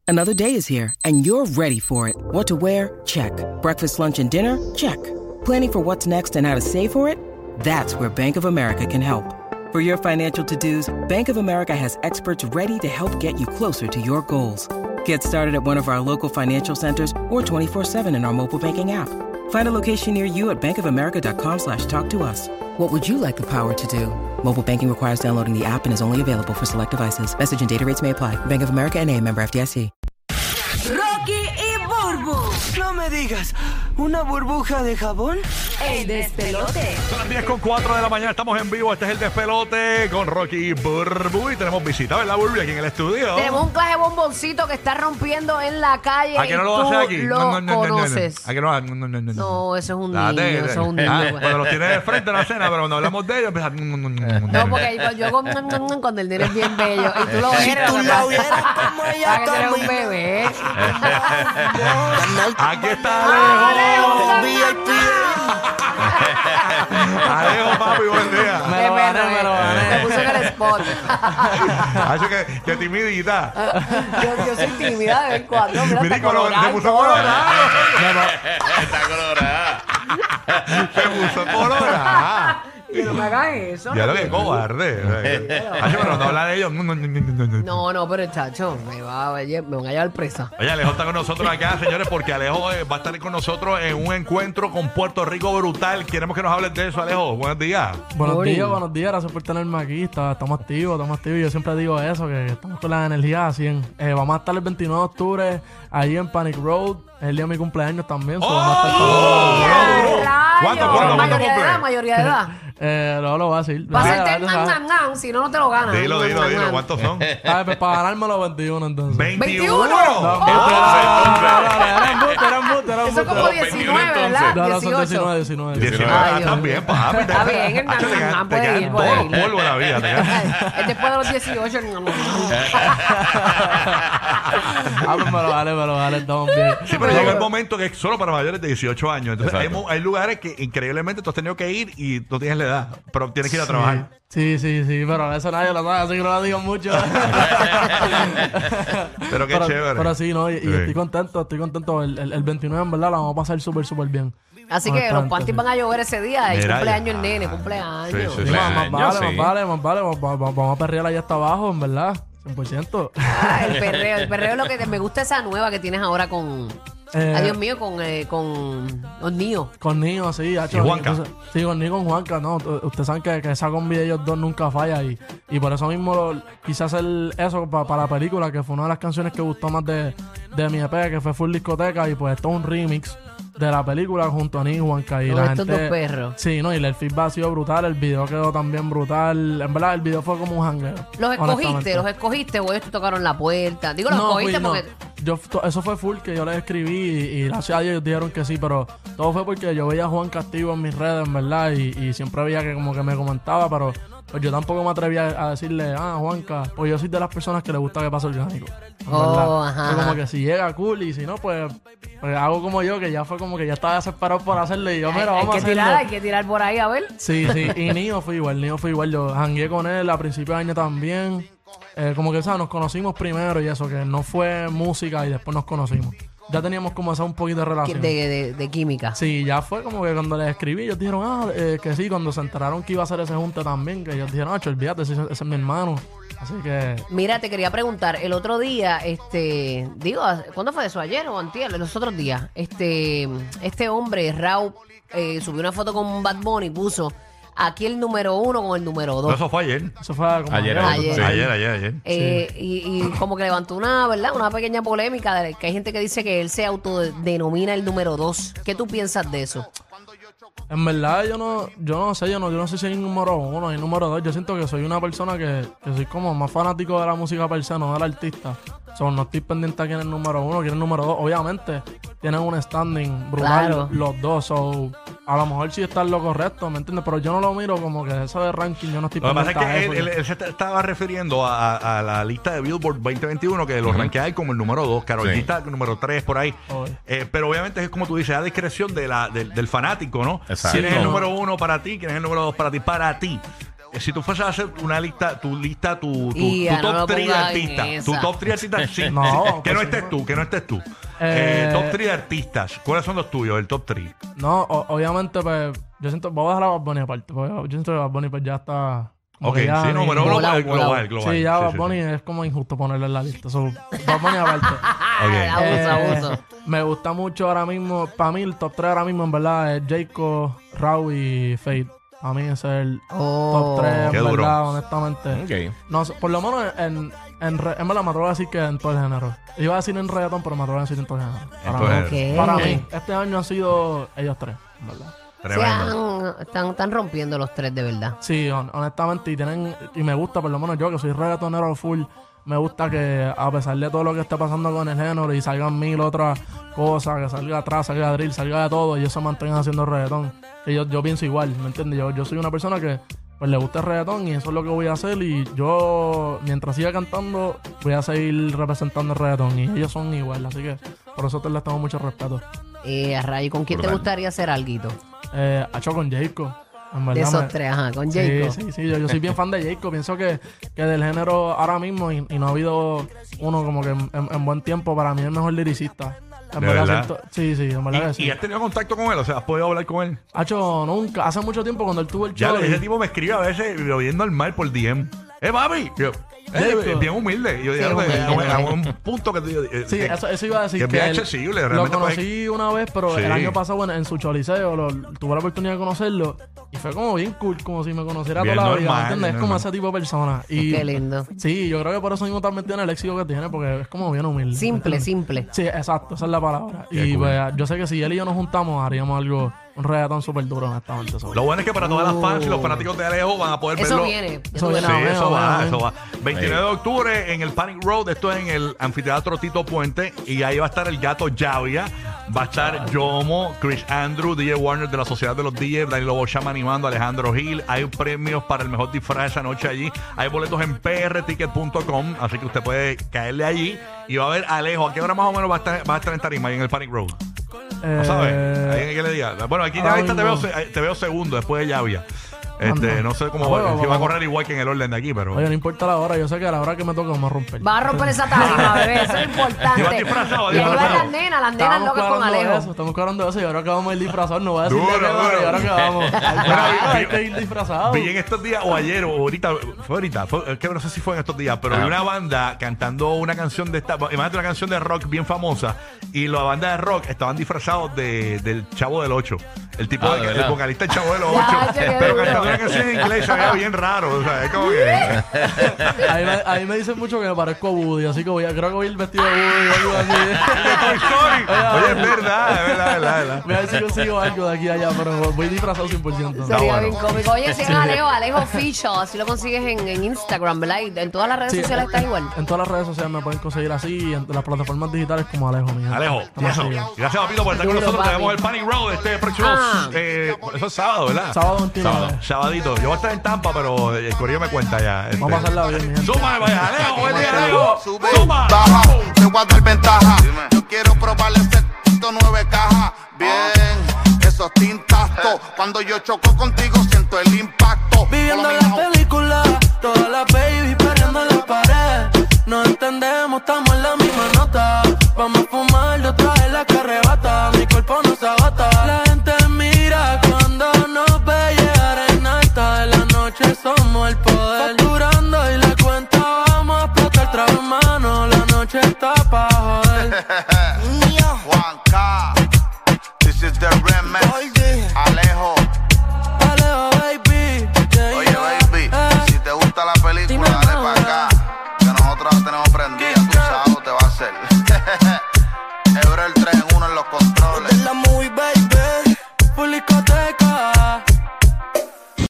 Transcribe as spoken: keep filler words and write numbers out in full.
Another day is here, and you're ready for it. What to wear? Check. Breakfast, lunch, and dinner? Check. Planning for what's next and how to save for it? That's where Bank of America can help. For your financial to-dos, Bank of America has experts ready to help get you closer to your goals. Get started at one of our local financial centers or twenty-four seven in our mobile banking app. Find a location near you at bankofamerica.com slash talk to us. What would you like the power to do? Mobile banking requires downloading the app and is only available for select devices. Message and data rates may apply. Bank of America N A, member F D I C. Rocky y Burbu. No me digas, ¿una burbuja de jabón? El despelote. Son las diez con cuatro de la mañana, estamos en vivo. Este es el despelote con Rocky y Burbu. Y tenemos visita, ¿verdad, Burbu? Aquí en el estudio. Tenemos un clase de bomboncito que está rompiendo en la calle. ¿A qué no lo y tú hace aquí? Lo No, no, no, conoces. no, no. ¿A qué no? No, no, no, no. No, eso es un niño. Date, Eso es un niño. ah, cuando los tiene de frente en la cena, pero cuando hablamos de ellos, empieza. No, porque yo, yo con, cuando el nene es bien bello. Y tú lo Si eres. tú lo vieras como ella Para que tú eres un camina. bebé. Aquí está Alejo. El V I P. Alejo, papi, buen día. Me lo gané, me lo gané. Me puso en el spot. Así que, que timidita. Yo, yo soy tímida de vez en cuando. Mira, Mira, está color- colorada se y puso todo. colorada. Está colorada. Se puso colorada. Que no me hagas eso. Ya no lo que te- cobarde. Ay, pero no habla de ellos. No, no, pero chacho, me, va, a- me van a llevar presa. Oye, Alejo está con nosotros acá, señores, porque Alejo eh, va a estar con nosotros en un encuentro con Puerto Rico brutal. Queremos que nos hables de eso, Alejo. Buenos días. Buenos Morning. días, buenos días, gracias por tenerme aquí. Está- estamos activos, estamos activos. Yo siempre digo eso, que estamos con las energías así. En, eh, vamos a estar el veintinueve de octubre ahí en Panic Road. Es el día de mi cumpleaños también. so vamos a estar ¡Oh! todos- ¿Cuánto, Rayos, cuánto, cuánto mayoría de cumple? edad, mayoría de edad. Eh, no lo voy a decir. Va a Ya, hacerte ya el sabes. nan, nan, nan, si no, no te lo ganas. Dilo, Nan, dilo, nan, dilo. nan. ¿Cuántos son? Ah, pues para ganármelo veintiuno entonces. ¿veintiuno? No, ¡Oh! embuste, no, no, no, no, era embuste, era embuste, era Eso es embuste. como diecinueve, ¿verdad? No, no, son dieciocho. diecinueve, diecinueve. diecinueve. Ay, Ah, Dios también, mío. papi. Está bien, el Hacho, nan, te nan, quedan- nan, te puede quedan ir, puede todos ir. los polvos de la vida. te quedan- Es después de los dieciocho. nan, nan, nan. Ah, pues me lo vale, me lo vale, estamos bien. Sí, pero llega el momento que es solo para mayores de dieciocho años. Entonces, hay, mo- hay lugares que increíblemente tú has tenido que ir y no tienes la edad, pero tienes que ir a trabajar. Sí, sí, sí, pero eso nadie lo sabe, así que no lo digo mucho. Pero qué chévere. Pero sí, ¿no? Y, y Sí. estoy contento, estoy contento. El, el, el veintinueve, en verdad, la vamos a pasar súper, súper bien. Así que los Bastante, panties sí. van a llover ese día. Y Mira, cumpleaños el ya. nene, cumpleaños. Sí, sí, Sí, más, más Cumpleaños, vale, sí. más vale, más vale. Vamos, vamos- vamos a perrear allá hasta abajo, en verdad. cien por ciento. Ah, el perreo, el perreo es lo que te- me gusta esa nueva que tienes ahora con. Eh, Ay, Dios mío, con, eh, con los niños. Con Niño, sí. hacho, ¿Y Juanca? entonces- sí, con Niño, con Juanca, no. u- Ustedes saben que, que esa combi de ellos dos nunca falla. Y, y por eso mismo lo- quise hacer eso pa- para la película, que fue una de las canciones que gustó más de, de mi E P, que fue Full Discoteca. Y pues esto es un remix de la película junto a Niño y Juanca. Y Con la estos gente, dos perros. Sí, no, y el feedback ha sido brutal. El video quedó también brutal. En verdad, el video fue como un hangueo. ¿Los escogiste? honestamente. ¿Los escogiste o ellos te tocaron la puerta? Digo, los No, escogiste fui- no. porque. Yo, to- eso fue full que yo les escribí y, y gracias a Dios ellos dijeron que sí, pero todo fue porque yo veía a Juan Castillo en mis redes, en verdad, y, y siempre veía que como que me comentaba, pero pues yo tampoco me atrevía a decirle, ah, Juanca, pues yo soy de las personas que le gusta que pase orgánico. en Oh, verdad. ajá, Fue como ajá. que si llega, cool, y si no, pues, pues hago como yo, que ya fue como que ya estaba desesperado por hacerlo y yo, mira, hay, hay vamos que a hacerlo. tirar, hay que tirar por ahí a ver. Sí, sí, y Nio fue igual, Nio fue igual. Yo jangué con él a principios de año también. Eh, como que, ¿sabes? Nos conocimos primero y eso, que no fue música y después nos conocimos. Ya teníamos como esa un poquito de De, relación. de, de química. Sí, ya fue como que cuando les escribí, ellos dijeron, ah, eh, que sí, cuando se enteraron que iba a hacer ese junte también, que ellos dijeron, ah, olvídate, ese, ese es mi hermano. Así que, Mira, te quería preguntar, el otro día, este, digo, ¿cuándo fue eso? ¿Ayer o antier? Los otros días, este, este hombre, Raúl, eh, subió una foto con Bad Bunny y puso aquí el número uno con el número No, dos. eso fue ayer. eso fue como Ayer, Ayer. sí. Ayer, ayer, ayer. Eh, y, y como que levantó una, ¿verdad? Una pequeña polémica de que hay gente que dice que él se autodenomina el número dos. ¿Qué tú piensas de eso? En verdad, yo no, yo no sé, yo no, yo no sé si hay número uno, hay número dos. Yo siento que soy una persona que, que soy como más fanático de la música per se, no del artista. So, no estoy pendiente a quién es el número uno, quién es el número dos. Obviamente, tienen un standing brutal Claro. los dos. So, a lo mejor sí está en lo correcto, ¿me entiendes? Pero yo no lo miro como que eso de ranking, yo no estoy Lo que pasa pendiente es que a él, eso. él- él se est- estaba refiriendo a, a- a la lista de Billboard veinte veintiuno, que lo rankea él como el número dos. Karol G Sí. está número tres por ahí. Oye. Eh, pero obviamente es como tú dices, a discreción de la, del, del fanático, ¿no? Exacto. ¿Quién es el No. número uno para ti? ¿Quién es el número dos para ti? Para ti. si tú fueses a hacer una lista, tu lista, tu, tu, Y tu ya, no lo top tres de pongas en artistas, esa. tu top tres artistas, sí, No, sí, que pues no sí, estés no. tú, que no estés tú. Eh, Eh, top tres de artistas, ¿cuáles son los tuyos? El top tres. No, o- obviamente, pues, yo siento, voy a dejar a Bad Bunny aparte, porque yo siento que Bad Bunny pues ya está... como Ok, que ya sí, no, ni- pero volado, global, volado. global, global. Sí, ya Sí, Bad sí, Bunny sí. es como injusto ponerle en la lista. So, Bad Bunny aparte. Ok. Abuso, Eh, abuso. Me gusta mucho ahora mismo, para mí el top tres ahora mismo en verdad es Jayco, Raw y Fade. A mí ese es el Oh. top tres, en Qué duro. verdad, honestamente. Ok. No sé, por lo menos en, en, re- en verdad me atrevo a decir que en todo el género. Iba a decir en reggaetón, pero me atrevo a decir en todo el género. Para, todo el mí, género. para Ok. mí, este año han sido ellos tres, en verdad. Se Tremendo. han- están, están rompiendo los tres de verdad. Sí, hon- honestamente, y tienen, y me gusta, por lo menos yo que soy reggaetonero full, me gusta que a pesar de todo lo que está pasando con el género y salgan mil otras cosas, que salga atrás, salga drill, salga de todo, y ellos se mantengan haciendo reggaetón. Y yo, yo pienso igual, ¿me entiendes? Yo, yo soy una persona que pues le gusta el reggaetón y eso es lo que voy a hacer, y yo mientras siga cantando voy a seguir representando el reggaetón, y ellos son igual, así que por eso te les tengo mucho respeto. Eh, a Ray, ¿con quién Brutal. te gustaría hacer alguito? Eh, hecho con Jayco. En De verdad esos me- tres, ajá, con Sí, Jacob. sí, sí, yo, yo soy bien fan de Jayco. Pienso que, que del género ahora mismo, y, y no ha habido uno como que en, en- en buen tiempo, para mí es el mejor liricista. En ¿De verdad? siento- sí, sí, en verdad que ¿Y, sí. y has tenido contacto con él? O sea, ¿has podido hablar con él? Hacho, nunca, hace mucho tiempo cuando él tuvo el Ya, show. ese y- tipo me escribe a veces lo viendo al mal por D M. ¡Eh, papi! Yo, eh, Jacob. bien humilde. Yo Sí, digo, humilde, a, un- a humilde. un punto que tú... eh, Sí, que- eso, eso iba a decir. que es bien él- accesible, Lo realmente conocí una vez, pero Sí. el año pasado en, en su choliseo lo, tuve la oportunidad de conocerlo. Y fue como bien cool, como si me conociera Bien toda la vida, normal, ¿me entiendes? Es como normal. ese tipo de persona. Y, Qué lindo. Sí, yo creo que por eso mismo también tiene el éxito que tiene, porque es como bien humilde. ¿me Simple, entiendes? simple. Sí, exacto, esa es la palabra. Qué Y cool. pues, yo sé que si él y yo nos juntamos, haríamos algo, un reggaetón súper duro, honestamente. sobre. Lo bueno es que para todas las fans y los fanáticos de Alejo van a poder Eso verlo. viene. Eso viene. Sí, viene. eso Bueno, va, bueno, eso va. veintinueve de octubre en el Panic Road, esto es en el anfiteatro Tito Puente, y ahí va a estar el gato Javia, va a estar Yomo, Chris Andrew, D J Warner de la Sociedad de los D Js, Danilo Bocham animando, Alejandro Gil, hay premios para el mejor disfraz esa noche allí, hay boletos en p r ticket punto com, así que usted puede caerle allí, y va a ver a Alejo. ¿A qué hora más o menos va a estar, va a estar en tarima ahí en el Panic Road? ¿No sabes? Eh, ¿Alguien que le diga? Bueno, aquí ahora ya ahorita te veo, mismo. se- te veo segundo después de Javia. Este, Anda. no sé cómo Ah, va, bueno, si va a vamos. correr igual que en el orden de aquí, pero... Oye, no importa la hora, yo sé que a la hora que me toca vamos a romper. Va a romper esa tarima, bebé. Eso es importante. Ibas disfrazado, Y ahí van disfrazado. las nenas, las nenas Estábamos locas con cuadrando Alejo. eso, estamos cuadrando eso y ahora que vamos a ir disfrazados, no voy a decir Duro, de qué va, duro. y ahora que vamos. Hay, hay vi- que ir disfrazados. Vi en estos días, o ayer, o ahorita, fue ahorita, fue- es que no sé si fue en estos días, pero vi una banda cantando una canción de esta, imagínate una canción de rock bien famosa, y la banda de rock estaban disfrazados de, del Chavo del Ocho. El tipo, Ah, de- ¿de el verdad? vocalista del Chavo del Ya, Ocho, che, qué pero duro. cantando una canción en inglés se veía bien raro, o sea, es como que... Ahí me, ahí me dicen mucho que me parezco a Woody, así que voy a, creo que voy a ir vestido de Woody o algo así. de Toy Story. Oye, es verdad, es verdad, es verdad, es verdad. Voy a ver si consigo algo de aquí a allá, pero voy disfrazado cien por ciento. Está Sería bueno. bien cómico. Oye, si es Alejo, Alejo Official, así lo consigues en, en Instagram, ¿verdad? Y en todas las redes Sí, sociales estás igual. En todas las redes sociales me pueden conseguir así y en las plataformas digitales como Alejo. Mi gente. Alejo, Estamos eso. así. Gracias, papito, por estar con Duro, nosotros. papi. Tenemos el Panic Road este próximo. Ah. Eh, eso es sábado, ¿verdad? Sábado veintinueve. Sábado. Sabadito. Yo voy a estar en Tampa, pero el correo me cuenta ya. Este. Vamos a pasarla bien, mi gente. Súmale, vaya, Alejo, buen día, Alejo. Sube, Suma. baja, te voy a dar ventaja. Yo quiero probarle ese t- nueve cajas. Bien, esos tintactos. Cuando yo choco contigo siento el impacto. Viviendo Follow me la now. película, todas las baby peleando en la pared. No entendemos, estamos en la misma nota. Vamos a fumar, yo traje la que arrebata. Mi cuerpo no se agota. La gente mira cuando nos ve llegar en alta. En la noche somos el poder. Facturando y la cuenta vamos a explotar. Trago en mano, la noche está pa' joder. Juan K. This is the remix. Alejo. Alejo, baby. Yeah, Oye, yeah. baby, Eh. si te gusta la película, Dime, dale mamá. para acá. Que nosotros la tenemos prendida. Tú sabes, te va a hacer. Ebro el tren